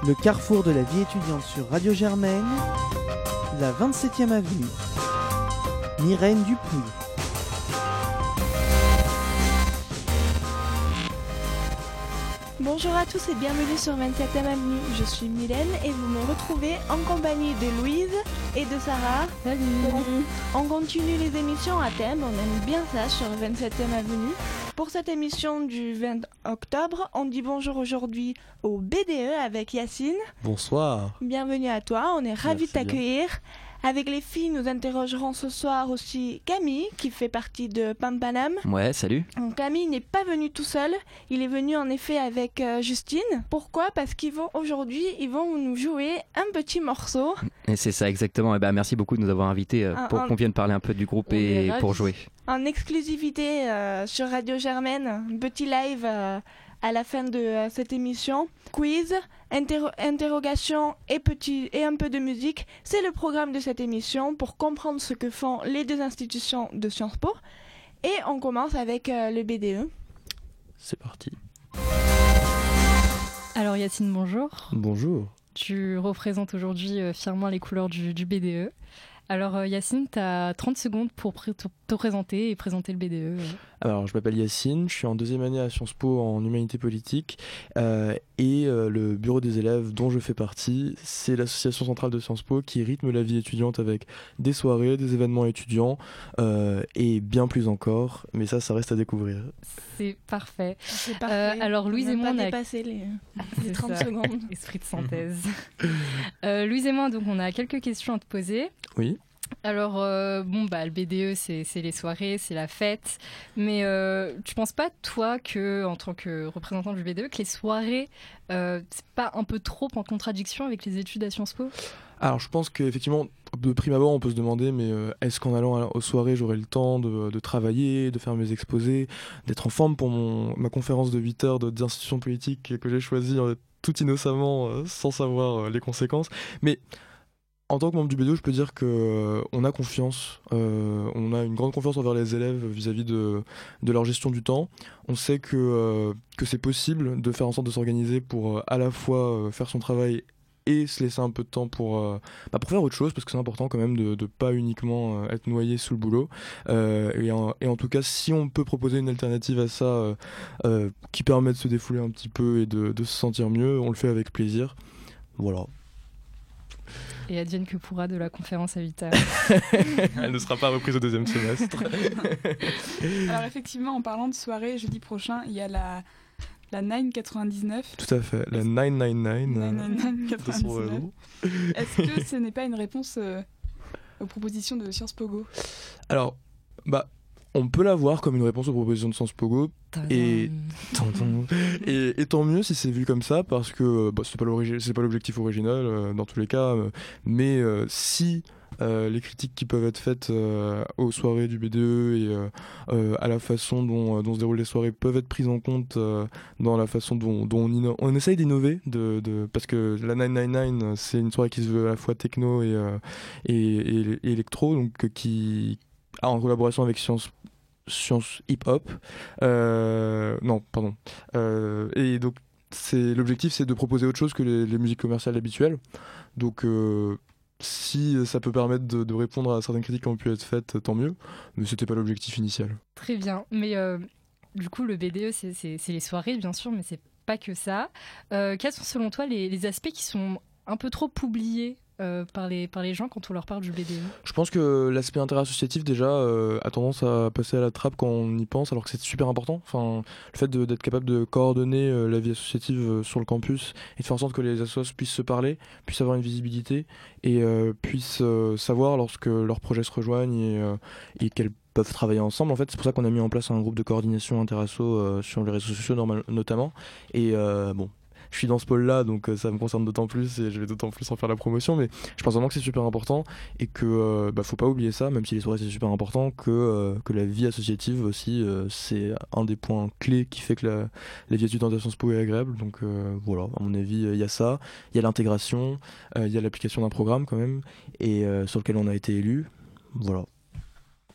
Le carrefour de la vie étudiante sur Radio Germaine, la 27e avenue. Myrène Dupuy. Bonjour à tous et bienvenue sur 27e avenue. Je suis Mylène et vous me retrouvez en compagnie de Louise et de Sarah. Salut. On continue les émissions à thème, on aime bien ça sur 27e avenue. Pour cette émission du 20 octobre, on dit bonjour aujourd'hui au BDE avec Yacine. Bonsoir. Bienvenue à toi, on est ravis de Merci t'accueillir. Avec les filles, nous interrogerons ce soir aussi Camille, qui fait partie de Pampanam. Ouais, salut. Donc, Camille n'est pas venu tout seul, il est venu en effet avec Justine. Pourquoi ? Parce qu'aujourd'hui, ils vont nous jouer un petit morceau. Et c'est ça exactement. Et merci beaucoup de nous avoir invités pour qu'on vienne parler un peu du groupe et pour jouer. En exclusivité sur Radio Germaine, un petit live à la fin de cette émission. Quiz, interrogation et un peu de musique. C'est le programme de cette émission pour comprendre ce que font les deux institutions de Sciences Po. Et on commence avec le BDE. C'est parti. Alors Yacine, bonjour. Bonjour. Tu représentes aujourd'hui fièrement les couleurs du BDE. Alors Yacine, tu as 30 secondes pour te présenter et présenter le BDE. Alors, je m'appelle Yacine, je suis en deuxième année à Sciences Po en humanité politique et le bureau des élèves dont je fais partie, c'est l'association centrale de Sciences Po qui rythme la vie étudiante avec des soirées, des événements étudiants et bien plus encore, mais ça reste à découvrir. C'est parfait. C'est parfait. Alors Louise et moi, on a dépassé les 30 secondes. Esprit de synthèse. Louise et moi, donc on a quelques questions à te poser. Oui. Alors, le BDE, c'est les soirées, c'est la fête. Mais tu penses pas, toi, en tant que représentant du BDE, que les soirées, c'est pas un peu trop en contradiction avec les études à Sciences Po ? Alors, je pense qu'effectivement, de prime abord, on peut se demander, mais est-ce qu'en allant aux soirées, j'aurai le temps de travailler, de faire mes exposés, d'être en forme pour ma conférence de 8 heures d'institution politique que j'ai choisie tout innocemment, sans savoir les conséquences. Mais en tant que membre du BDE, je peux dire qu'on a confiance, on a une grande confiance envers les élèves vis-à-vis de leur gestion du temps. On sait que c'est possible de faire en sorte de s'organiser pour à la fois faire son travail et se laisser un peu de temps pour faire autre chose, parce que c'est important quand même de pas uniquement être noyé sous le boulot. Et en tout cas, si on peut proposer une alternative à ça qui permet de se défouler un petit peu et de se sentir mieux, on le fait avec plaisir. Voilà. Et advienne que pourra de la conférence à 8h. Elle ne sera pas reprise au deuxième semestre. Alors effectivement, en parlant de soirée, jeudi prochain, il y a la 999. Tout à fait, la 999. 999. Est-ce que ce n'est pas une réponse aux propositions de Sciences Pogo ? Alors, on peut la voir comme une réponse aux propositions de Sciences Pogo. Et tant mieux si c'est vu comme ça, parce que c'est pas l'objectif original dans tous les cas, mais si les critiques qui peuvent être faites aux soirées du BDE et à la façon dont se déroulent les soirées peuvent être prises en compte dans la façon dont on essaye d'innover, parce que la 999 c'est une soirée qui se veut à la fois techno et électro, donc qui en collaboration avec Sciences hip-hop. Et donc, l'objectif, c'est de proposer autre chose que les musiques commerciales habituelles. Donc, si ça peut permettre de répondre à certaines critiques qui ont pu être faites, tant mieux. Mais c'était pas l'objectif initial. Très bien. Mais du coup, le BDE, c'est les soirées, bien sûr, mais c'est pas que ça. Quels sont, selon toi, les aspects qui sont un peu trop oubliés par les gens quand on leur parle du BDE? Je pense que l'aspect interassociatif déjà a tendance à passer à la trappe quand on y pense, alors que c'est super important. Enfin, le fait d'être capable de coordonner la vie associative sur le campus et de faire en sorte que les associations puissent se parler, puissent avoir une visibilité et puissent savoir lorsque leurs projets se rejoignent et qu'elles peuvent travailler ensemble. En fait, c'est pour ça qu'on a mis en place un groupe de coordination interasso sur les réseaux sociaux notamment. Et je suis dans ce pôle-là, donc ça me concerne d'autant plus et je vais d'autant plus en faire la promotion, mais je pense vraiment que c'est super important et que faut pas oublier ça, même si les soirées c'est super important, que la vie associative aussi, c'est un des points clés qui fait que la vie étudiante à Sciences Po est agréable. Donc voilà, à mon avis, il y a ça, il y a l'intégration, il y a l'application d'un programme quand même, et sur lequel on a été élu. Voilà.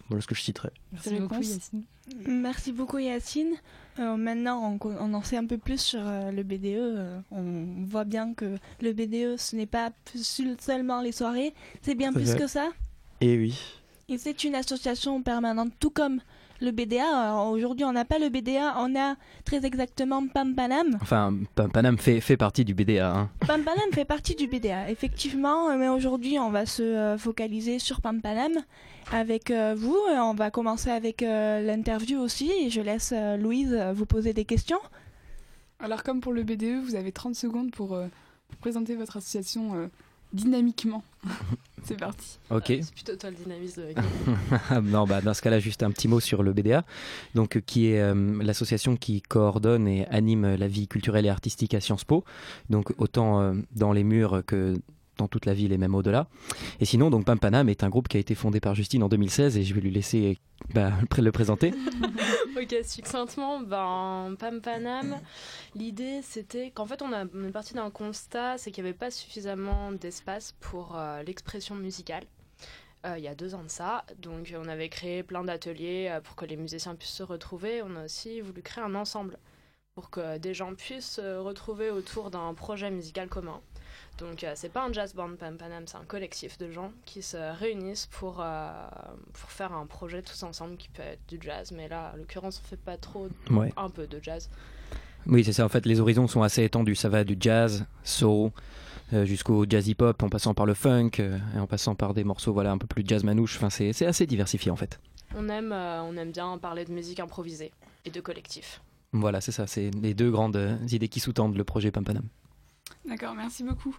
Voilà ce que je citerai. Merci beaucoup Yacine. Merci beaucoup Yacine. Maintenant on en sait un peu plus sur le BDE. On voit bien que le BDE ce n'est pas seulement les soirées, c'est bien plus que ça. Et oui. Et c'est une association permanente, tout comme le BDA. Alors, aujourd'hui, on n'a pas le BDA, on a très exactement Pampanam. Enfin, Pampanam fait partie du BDA. Hein. Pampanam fait partie du BDA, effectivement. Mais aujourd'hui, on va se focaliser sur Pampanam avec vous. On va commencer avec l'interview aussi. Et je laisse Louise vous poser des questions. Alors, comme pour le BDE, vous avez 30 secondes pour présenter votre association dynamiquement. C'est parti. Ok. C'est plutôt toi le dynamisme. Non, dans ce cas-là, juste un petit mot sur le BDA, donc, qui est l'association qui coordonne et anime la vie culturelle et artistique à Sciences Po, donc autant dans les murs que dans toute la ville et même au-delà. Et sinon, donc Pampanam est un groupe qui a été fondé par Justine en 2016 et je vais lui laisser le présenter. Ok, succinctement, Pampanam, l'idée c'était qu'en fait on est parti d'un constat, c'est qu'il n'y avait pas suffisamment d'espace pour l'expression musicale. Il y a 2 ans de ça, donc on avait créé plein d'ateliers pour que les musiciens puissent se retrouver. On a aussi voulu créer un ensemble pour que des gens puissent se retrouver autour d'un projet musical commun. Donc c'est pas un jazz band Pampanam, c'est un collectif de gens qui se réunissent pour faire un projet tous ensemble qui peut être du jazz, mais là en l'occurrence on fait pas trop, un peu de jazz. Oui, c'est ça, en fait les horizons sont assez étendus, ça va du jazz, soul, jusqu'au jazzy pop, en passant par le funk, et en passant par des morceaux un peu plus jazz manouche, enfin, c'est assez diversifié en fait. On aime bien parler de musique improvisée et de collectif. Voilà, c'est ça, c'est les 2 grandes idées qui sous-tendent le projet Pampanam. D'accord, merci beaucoup.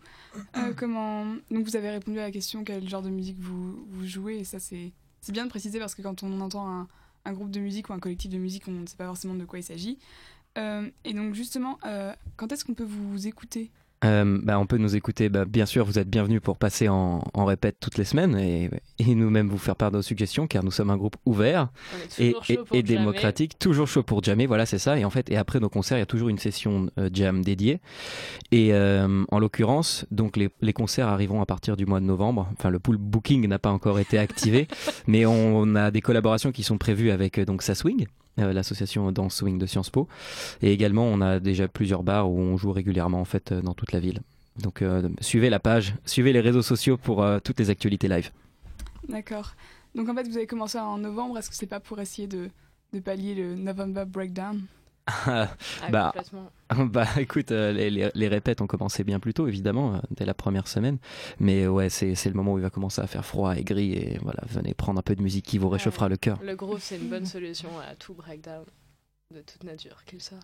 Donc vous avez répondu à la question quel genre de musique vous jouez, et ça c'est bien de préciser parce que quand on entend un groupe de musique ou un collectif de musique, on ne sait pas forcément de quoi il s'agit. Et donc justement, quand est-ce qu'on peut vous écouter ? On peut nous écouter, bien sûr vous êtes bienvenus pour passer en répète toutes les semaines et nous-mêmes vous faire part de nos suggestions car nous sommes un groupe ouvert et démocratique, toujours chaud pour jammer, voilà c'est ça, et après nos concerts il y a toujours une session jam dédiée et en l'occurrence donc les concerts arriveront à partir du mois de novembre, enfin le pool booking n'a pas encore été activé mais on a des collaborations qui sont prévues avec donc Saswing, l'association Danse Swing de Sciences Po, et également on a déjà plusieurs bars où on joue régulièrement en fait dans toute la ville. Donc suivez la page, suivez les réseaux sociaux pour toutes les actualités live. D'accord. Donc en fait vous avez commencé en novembre, est-ce que c'est pas pour essayer de pallier le November Breakdown ? Complètement. Écoute, les répètes ont commencé bien plus tôt évidemment, dès la première semaine, mais ouais c'est le moment où il va commencer à faire froid et gris et voilà, venez prendre un peu de musique qui vous réchauffera le cœur. Le groove c'est une bonne solution à tout breakdown de toute nature qu'il soit.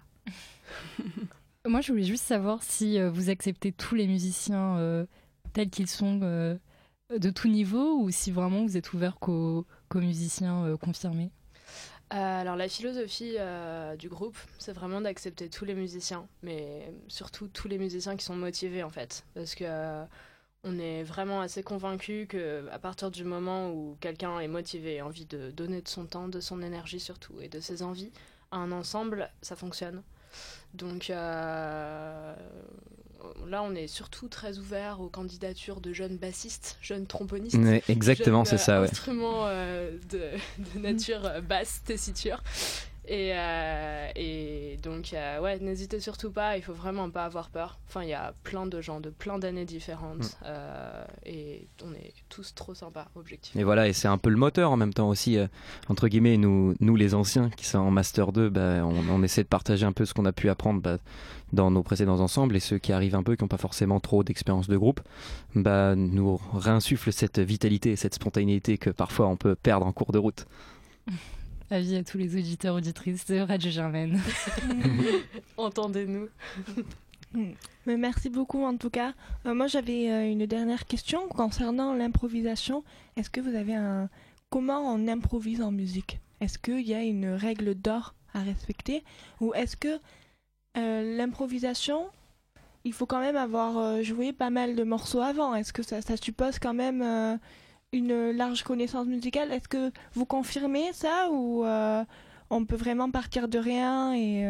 Moi je voulais juste savoir si vous acceptez tous les musiciens tels qu'ils sont de tout niveau ou si vraiment vous êtes ouvert qu'aux musiciens confirmés. Alors la philosophie du groupe, c'est vraiment d'accepter tous les musiciens, mais surtout tous les musiciens qui sont motivés en fait, parce que on est vraiment assez convaincus qu'à partir du moment où quelqu'un est motivé et a envie de donner de son temps, de son énergie surtout, et de ses envies à un ensemble, ça fonctionne. Donc là, on est surtout très ouvert aux candidatures de jeunes bassistes, jeunes tromponistes. Ouais, exactement, c'est ça. Instruments de nature basse, tessiture. Et donc, n'hésitez surtout pas, il faut vraiment pas avoir peur. Enfin, il y a plein de gens de plein d'années différentes et on est tous trop sympas, objectivement. Et voilà, et c'est un peu le moteur en même temps aussi, entre guillemets, nous les anciens qui sont en Master 2, on essaie de partager un peu ce qu'on a pu apprendre dans nos précédents ensembles, et ceux qui arrivent un peu, qui n'ont pas forcément trop d'expérience de groupe, nous réinsufflent cette vitalité et cette spontanéité que parfois on peut perdre en cours de route. Avis à tous les auditeurs, auditrices de Radio Germaine. Entendez-nous. Mais merci beaucoup en tout cas. Moi j'avais une dernière question concernant l'improvisation. Est-ce que vous avez comment on improvise en musique ? Est-ce qu'il y a une règle d'or à respecter ? Ou est-ce que l'improvisation, il faut quand même avoir joué pas mal de morceaux avant ? Est-ce que ça suppose quand même une large connaissance musicale? Est-ce que vous confirmez ça ou on peut vraiment partir de rien et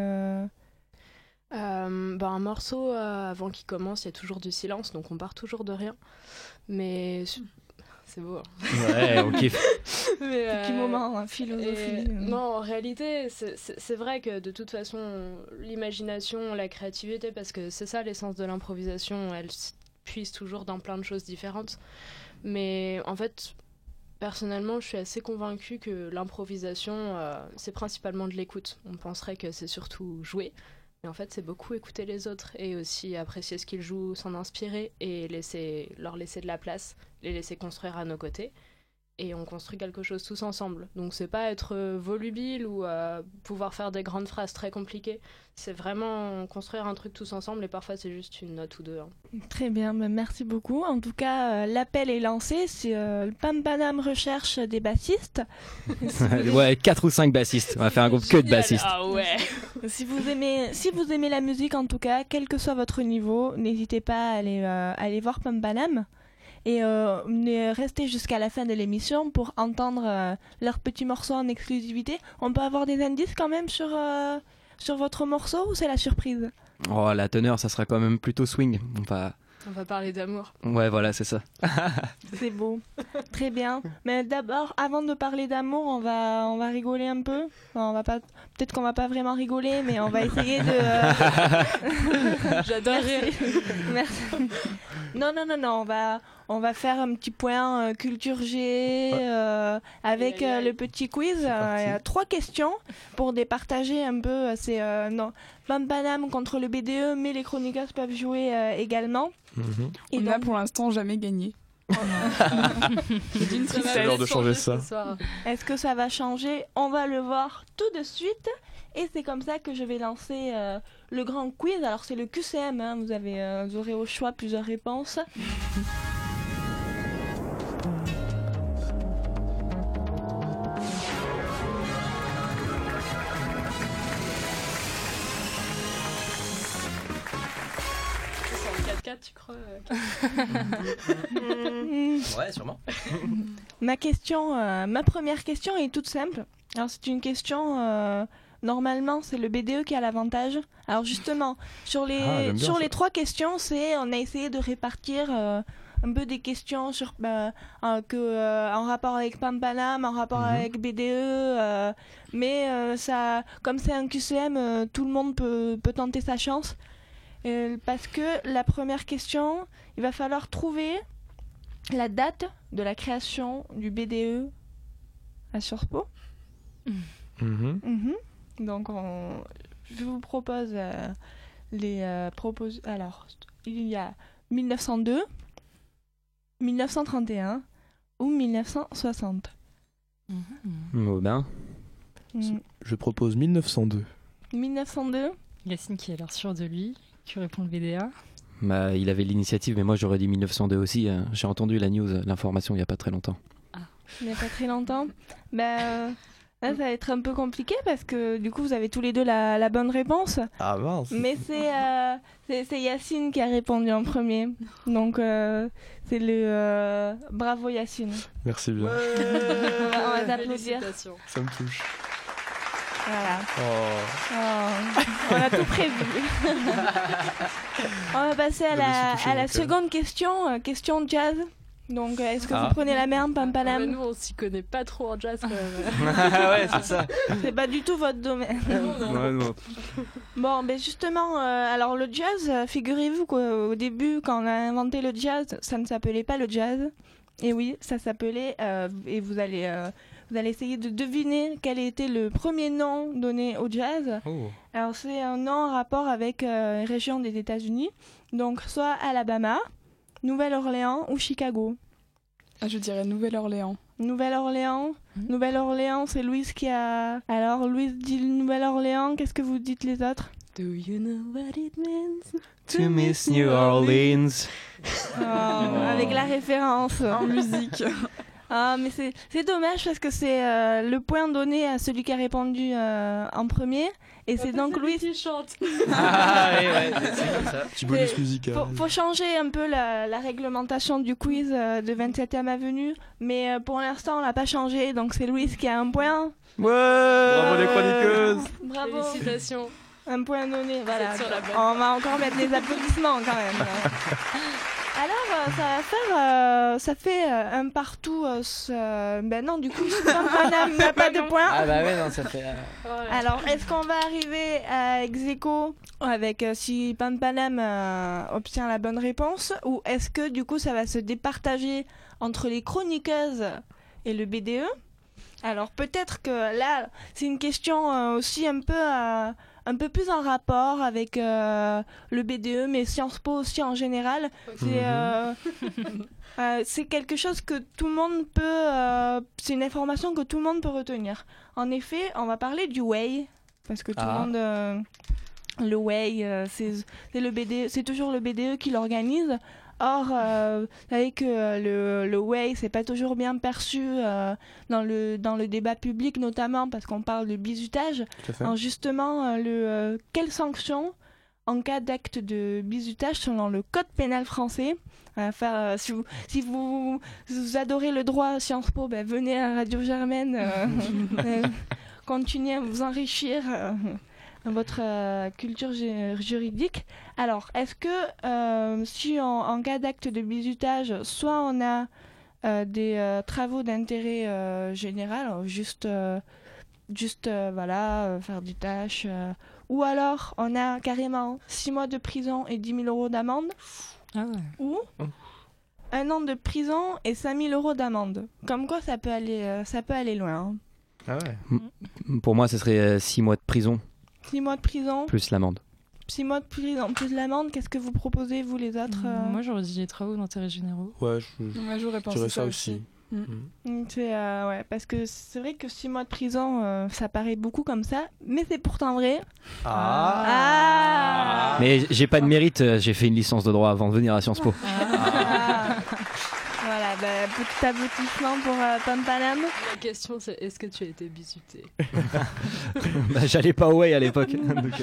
un morceau avant qu'il commence, il y a toujours du silence, donc on part toujours de rien. Mais c'est beau. Hein. Ouais, on kiffe. Petit moment, philosophie. Non, en réalité, c'est vrai que de toute façon, l'imagination, la créativité, parce que c'est ça l'essence de l'improvisation, elle puise toujours dans plein de choses différentes. Mais en fait, personnellement, je suis assez convaincue que l'improvisation, c'est principalement de l'écoute. On penserait que c'est surtout jouer. Mais en fait, c'est beaucoup écouter les autres et aussi apprécier ce qu'ils jouent, s'en inspirer et leur laisser de la place, les laisser construire à nos côtés. Et on construit quelque chose tous ensemble. Donc c'est pas être volubile ou pouvoir faire des grandes phrases très compliquées. C'est vraiment construire un truc tous ensemble et parfois c'est juste une note ou deux. Très bien, merci beaucoup. En tout cas, l'appel est lancé. Si Pam Panam recherche des bassistes. Ouais, 4 ou 5 bassistes. On va faire un groupe que de bassistes. Ah ouais. Si vous aimez la musique en tout cas, quel que soit votre niveau, n'hésitez pas à aller voir Pam Panam. Et restez jusqu'à la fin de l'émission pour entendre leurs petits morceaux en exclusivité. On peut avoir des indices quand même sur votre morceau ou c'est la surprise ? Oh, la teneur, ça sera quand même plutôt swing. On va parler d'amour. Ouais, voilà, c'est ça. C'est beau. Très bien. Mais d'abord, avant de parler d'amour, on va rigoler un peu. Enfin, peut-être qu'on va pas vraiment rigoler, mais on va essayer de... J'adore rire. Merci. Non, on va faire un petit point culture G avec le petit quiz. Il y a 3 questions pour départager un peu. C'est Pam Panam contre le BDE, mais les chroniqueurs peuvent jouer également. Et on n'a pour l'instant jamais gagné. C'est l'heure de changer ça. Est-ce que ça va changer ? On va le voir tout de suite. Et c'est comme ça que je vais lancer le grand quiz. Alors c'est le QCM, hein. Vous aurez au choix plusieurs réponses. Tu crois Ouais, sûrement. Ma première question est toute simple. Alors c'est une question, normalement c'est le BDE qui a l'avantage. Alors justement, sur les 3 questions, on a essayé de répartir un peu des questions en rapport avec Pam Panam, en rapport avec BDE, mais comme c'est un QCM, tout le monde peut tenter sa chance. Parce que la première question, il va falloir trouver la date de la création du BDE à Sciences Po. Donc, je vous propose alors, il y a 1902, 1931 ou 1960. Oh ben. Je propose 1902. 1902 Yacine qui a l'air sûr de lui. Qui répond le BDA ? Il avait l'initiative, mais moi j'aurais dit 1902 aussi. J'ai entendu l'information il n'y a pas très longtemps. Il n'y a pas très longtemps. Là, ça va être un peu compliqué parce que du coup, vous avez tous les deux la bonne réponse. Ah mince. Mais c'est Yacine qui a répondu en premier. Donc, c'est le... bravo Yacine. Merci bien. On va t'applaudir. Ça me touche. Voilà. On a tout prévu. On va passer à la seconde question, question jazz. Donc, est-ce que vous prenez la main, Pam Panam ? Nous, on s'y connaît pas trop en jazz quand même. Ouais, c'est ça. C'est pas du tout votre domaine. Non. Bon, justement, alors le jazz, figurez-vous qu'au début, quand on a inventé le jazz, ça ne s'appelait pas le jazz. Et oui, ça s'appelait, et vous allez essayer de deviner quel était le premier nom donné au jazz. Alors, c'est un nom en rapport avec une région des États-Unis. Donc, soit Alabama, Nouvelle-Orléans ou Chicago. Je dirais Nouvelle-Orléans. Nouvelle-Orléans, c'est Louise qui a... Alors, Louise dit Nouvelle-Orléans, qu'est-ce que vous dites les autres ? Do you know what it means to miss New Orleans? Avec la référence en musique. Mais c'est dommage parce que c'est le point donné à celui qui a répondu en premier. Et c'est donc Louise qui chante. Ouais, c'est comme ça. Petit bonus musical. Faut changer un peu la réglementation du quiz de 27e Avenue. Mais pour l'instant, on l'a pas changé. Donc c'est Louise qui a un point. Ouais. Bravo les chroniqueuses. Bravo. Félicitations. Un point donné, voilà. On va encore mettre les applaudissements quand même. Ça fait un partout. Ben non, du coup, Paname n'a pas de points. Ah bah ouais, non, ça fait... Alors, est-ce qu'on va arriver à ex-aequo avec si Paname obtient la bonne réponse, ou est-ce que du coup ça va se départager entre les chroniqueuses et le BDE? Alors peut-être que là, c'est une question aussi un peu plus en rapport avec le BDE, mais Sciences Po aussi en général. C'est quelque chose que tout le monde peut... c'est une information que tout le monde peut retenir. En effet, on va parler du Whey, parce que tout le monde... le Whey, c'est le BDE, c'est toujours le BDE qui l'organise. Or, vous savez que le Whey, c'est pas toujours bien perçu dans le débat public, notamment parce qu'on parle de bizutage. Alors justement, quelles sanctions en cas d'acte de bizutage selon le code pénal français? Si vous adorez le droit à Sciences Po, ben, venez à Radio Germaine, continuez à vous enrichir votre culture juridique. Alors, est-ce que si en cas d'acte de bizutage, soit on a des travaux d'intérêt général, juste faire des tâches, ou alors on a carrément 6 mois de prison et 10 000 euros d'amende, ou 1 an de prison et 5 000 euros d'amende. Comme quoi, ça peut aller loin. Hein. Ah ouais. Pour moi, ce serait 6 mois de prison. 6 mois de prison. Plus l'amende. 6 mois de prison, plus l'amende. Qu'est-ce que vous proposez, vous, les autres Moi, j'aurais dit les travaux d'intérêt généraux. Ouais, j'aurais pensé ça aussi. Ouais, parce que c'est vrai que 6 mois de prison, ça paraît beaucoup comme ça, mais c'est pourtant vrai. Mais j'ai pas de mérite, j'ai fait une licence de droit avant de venir à Sciences Po. Voilà, petit aboutissement pour Paname. La question c'est, est-ce que tu as été bizuté? J'allais pas au Whey à l'époque.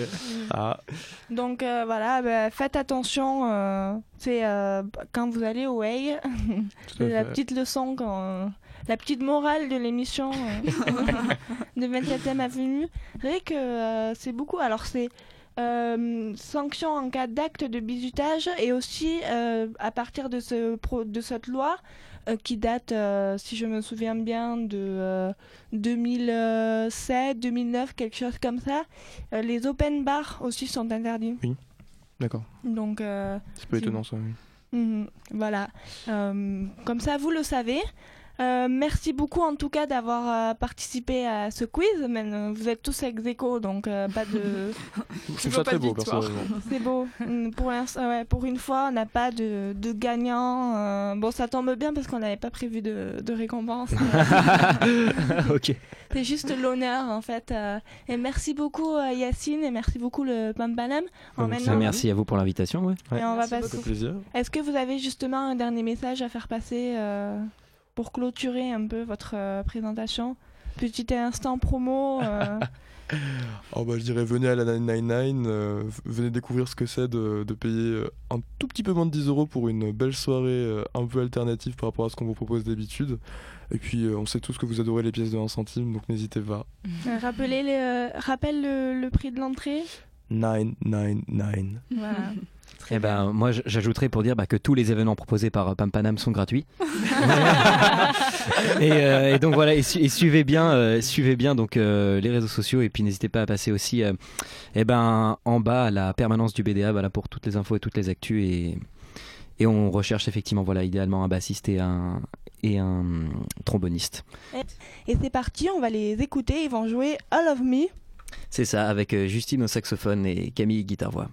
Donc voilà, faites attention, c'est quand vous allez au Whey, c'est la petite leçon, la petite morale de l'émission de 27e Avenue. C'est vrai que c'est beaucoup, alors c'est sanctions en cas d'acte de bizutage, et aussi à partir de cette loi qui date, si je me souviens bien, de 2007, 2009, quelque chose comme ça, les open bars aussi sont interdits. Oui, d'accord. Donc, c'est pas étonnant ça, oui. Voilà, comme ça vous le savez. Merci beaucoup en tout cas d'avoir participé à ce quiz. Mais, vous êtes tous ex-aequo, donc pas de... C'est ça très beau, personnellement. C'est beau. Pour l'instant, ouais, pour une fois, on n'a pas de gagnant. Bon, ça tombe bien parce qu'on n'avait pas prévu de récompense. Ok. C'est juste l'honneur en fait. Et merci beaucoup Yacine, et merci beaucoup le Paname. Merci à vous pour l'invitation. Ouais. Et on va passer. Ça fait plaisir. Est-ce que vous avez justement un dernier message à faire passer pour clôturer un peu votre présentation? Petit instant promo. Je dirais venez à la 999, venez découvrir ce que c'est de payer un tout petit peu moins de 10 euros pour une belle soirée un peu alternative par rapport à ce qu'on vous propose d'habitude. Et puis on sait tous que vous adorez les pièces de 1 centime, donc n'hésitez pas. Rappelle le prix de l'entrée. 999. Voilà. Moi j'ajouterais pour dire que tous les événements proposés par Paname sont gratuits. et donc voilà, et suivez bien donc les réseaux sociaux, et puis n'hésitez pas à passer aussi en bas à la permanence du BDA, pour toutes les infos et toutes les actus, et on recherche effectivement idéalement un bassiste et un tromboniste. Et c'est parti, on va les écouter, ils vont jouer All of Me. C'est ça, avec Justine au saxophone et Camille guitare-voix.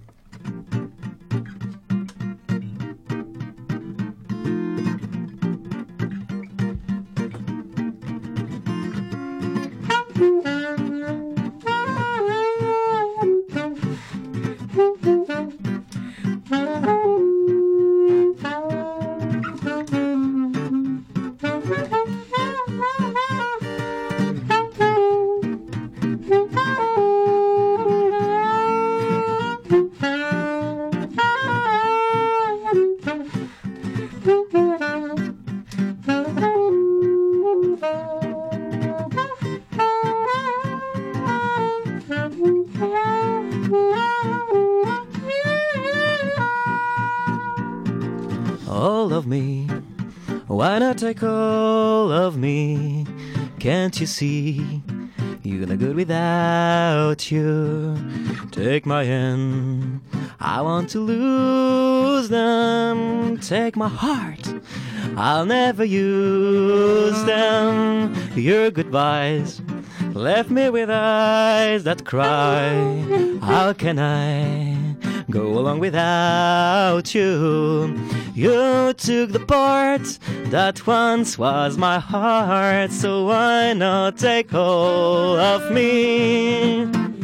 all of me? Why not take all of me? Can't you see? You're no good without you. Take my hand, I want to lose them. Take my heart, I'll never use them. Your goodbyes left me with eyes that cry. How can I go along without you? You took the part that once was my heart, so why not take all of me?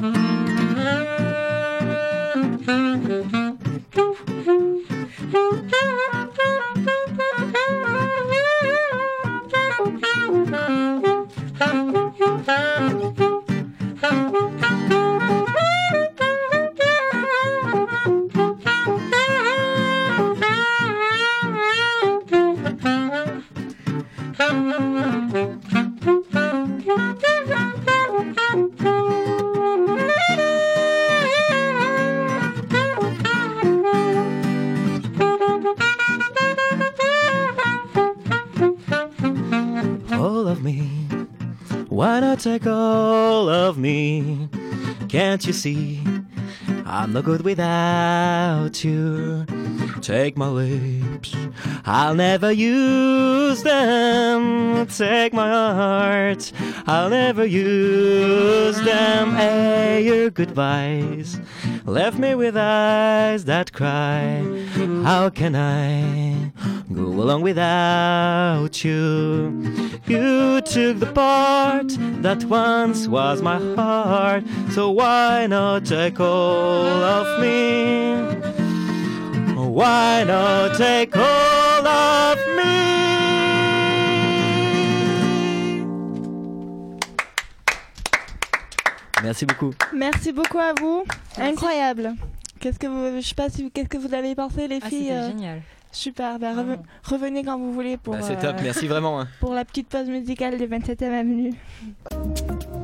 All of me, why not take all of me? Can't you see I'm no good without you? Take my lips, I'll never use them. Take my heart, I'll never use them. Hey, your goodbyes left me with eyes that cry. How can I go along without you? You took the part that once was my heart, so why not take all of me? Why not take all of me? Merci beaucoup. Merci beaucoup à vous. Merci. Incroyable. Qu'est-ce que vous avez pensé, les filles? C'était génial. Super, revenez quand vous voulez pour, c'est top, merci vraiment. Pour la petite pause musicale du 27e avenue.